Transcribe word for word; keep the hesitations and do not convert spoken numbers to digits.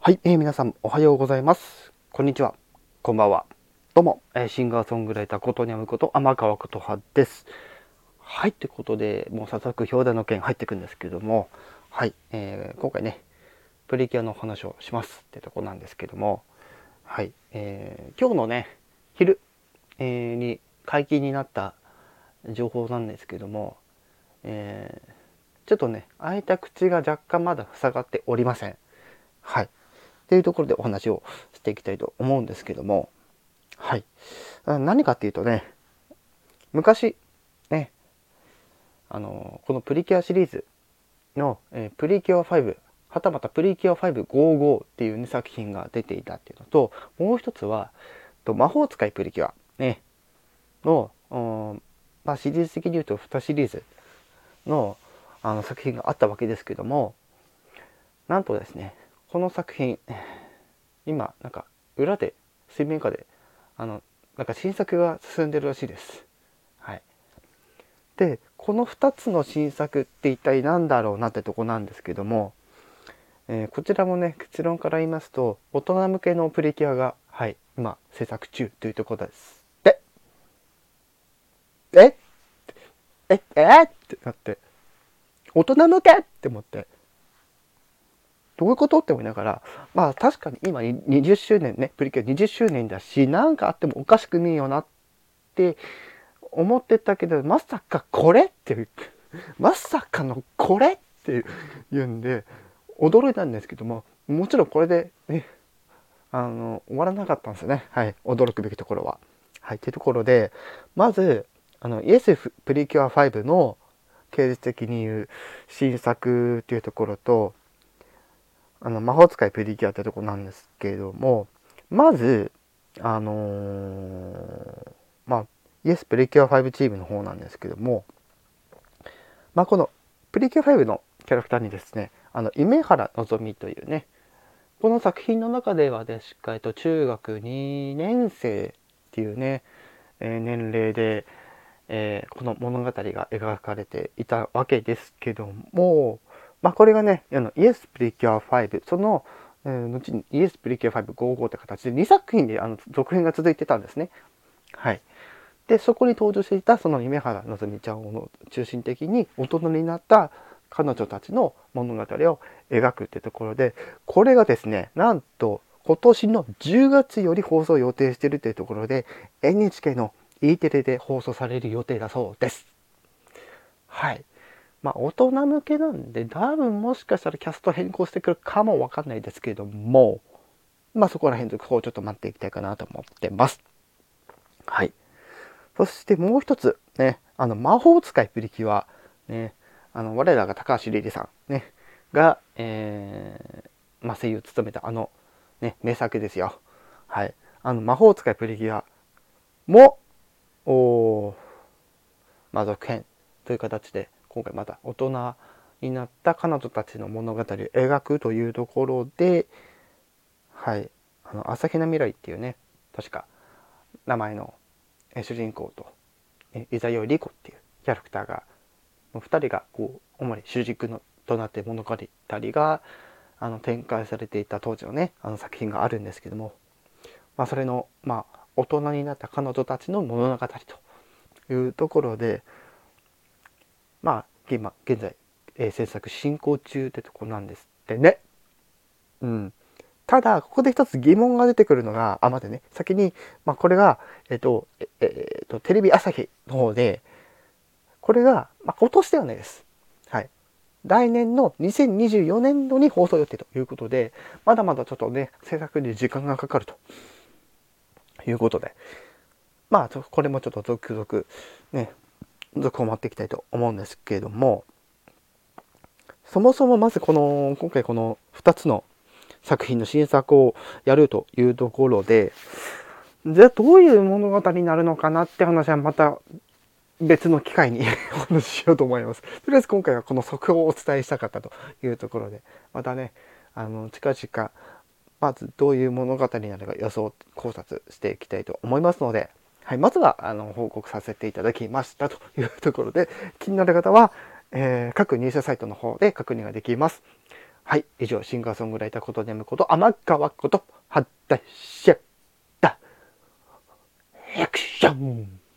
はい、えー皆さんおはようございます。こんにちは。こんばんは。どうも、えーシンガーソングライターことにゃむこと天川琴葉です。はい、ということで、もう早速表題の件入っていくんですけども、はい、えー今回ね、プリキュアのお話をしますってとこなんですけども、はい、えー今日のね、昼、えーに解禁になった情報なんですけども、えーちょっとね、開いた口が若干まだ塞がっておりません。はい。っていうところでお話をしていきたいと思うんですけども、はい。何かっていうとね、昔、ね、あの、このプリキュアシリーズの、えープリキュアファイブ、はたまたプリキュアファイブごじゅうごっていう、ね、作品が出ていたっていうのと、もう一つは、と魔法使いプリキュア、ね、の、まあ、シリーズ的に言うとにシリーズのあの作品があったわけですけども、なんとですね、この作品、今、なんか、裏で、水面下で、あの、なんか新作が進んでるらしいです。はい。で、このふたつの新作って一体何だろうなってとこなんですけども、えーこちらもね、結論から言いますと、大人向けのプリキュアが、はい、今、制作中というところです。で、えええってなって、大人向けって思って、どういうことって思いながら、まあ確かに今にじゅっしゅうねんね、プリキュアにじゅっしゅうねんだし、なんかあってもおかしくねえよなって思ってたけど、まさかこれっていう、まさかのこれっていうんで、驚いたんですけども、もちろんこれでね、あの、終わらなかったんですよね。はい。驚くべきところは。はい。っていうところで、まず、あの、イエスプリキュアファイブの経術的に言う新作っていうところと、あの、魔法使いプリキュアってところなんですけれども、まず、あのーまあ、イエスプリキュアファイブチームの方なんですけども、まあ、このプリキュアファイブのキャラクターにですね、あの、夢原のぞみというね、この作品の中ではですか、えっと、中学にねん生っていうね、えー年齢で、えーこの物語が描かれていたわけですけども、まあ、これがね、あのイエスプリキュアファイブ、その、えー後にイエスプリキュアファイブごじゅうごって形でにさく品であの続編が続いてたんですね。はい。で、そこに登場していたその夢原のぞみちゃんを中心的に大人になった彼女たちの物語を描くってところで、これがですね、なんと今年のじゅうがつより放送を予定しているというところで、エヌエイチケー の E テレで放送される予定だそうです。はい。まあ大人向けなんで、多分もしかしたらキャスト変更してくるかもわかんないですけども、まあそこら辺続報をちょっと待っていきたいかなと思ってます。はい。そしてもう一つ、ね、あの、魔法使いプリキュア、ね、あの、我らが高橋莉里さん、ね、が、えー、まあ、声優を務めたあの、ね、名作ですよ。はい。あの、魔法使いプリキュアも、おまあ、続編という形で、今回また大人になった彼女たちの物語を描くというところで、はい。あの、朝比奈未来っていうね、確か、名前の主人公と、イザヨリコっていうキャラクターがふたりがこう主に主軸のとなって物語があの展開されていた当時のねあの作品があるんですけども、まあ、それのまあ大人になった彼女たちの物語というところで、まあ今現在、えー制作進行中ってところなんですってね。うん。ただここで一つ疑問が出てくるのが、あ、待ってね、先に、まあ、これがえっ、とえっ、えー、とテレビ朝日の方で、これが、まあ、今年ではないです。はい。来年のにせんにじゅうよねんどに放送予定ということで、まだまだちょっとね、制作に時間がかかるということで、まあ、これもちょっと続々、ね、続報を待っていきたいと思うんですけれども、そもそもまずこの、今回このふたつの作品の新作をやるというところで、じゃあどういう物語になるのかなって話はまた別の機会にお話ししようと思います。とりあえず今回はこの速報をお伝えしたかったというところで、またね、あの、近々、まずどういう物語になるか予想考察していきたいと思いますので、はい、まずはあの報告させていただきましたというところで、気になる方は、えー各入社サイトの方で確認ができます。 はい、以上、シンガーソングライターことねむこと天川ことはだしだ。アクション。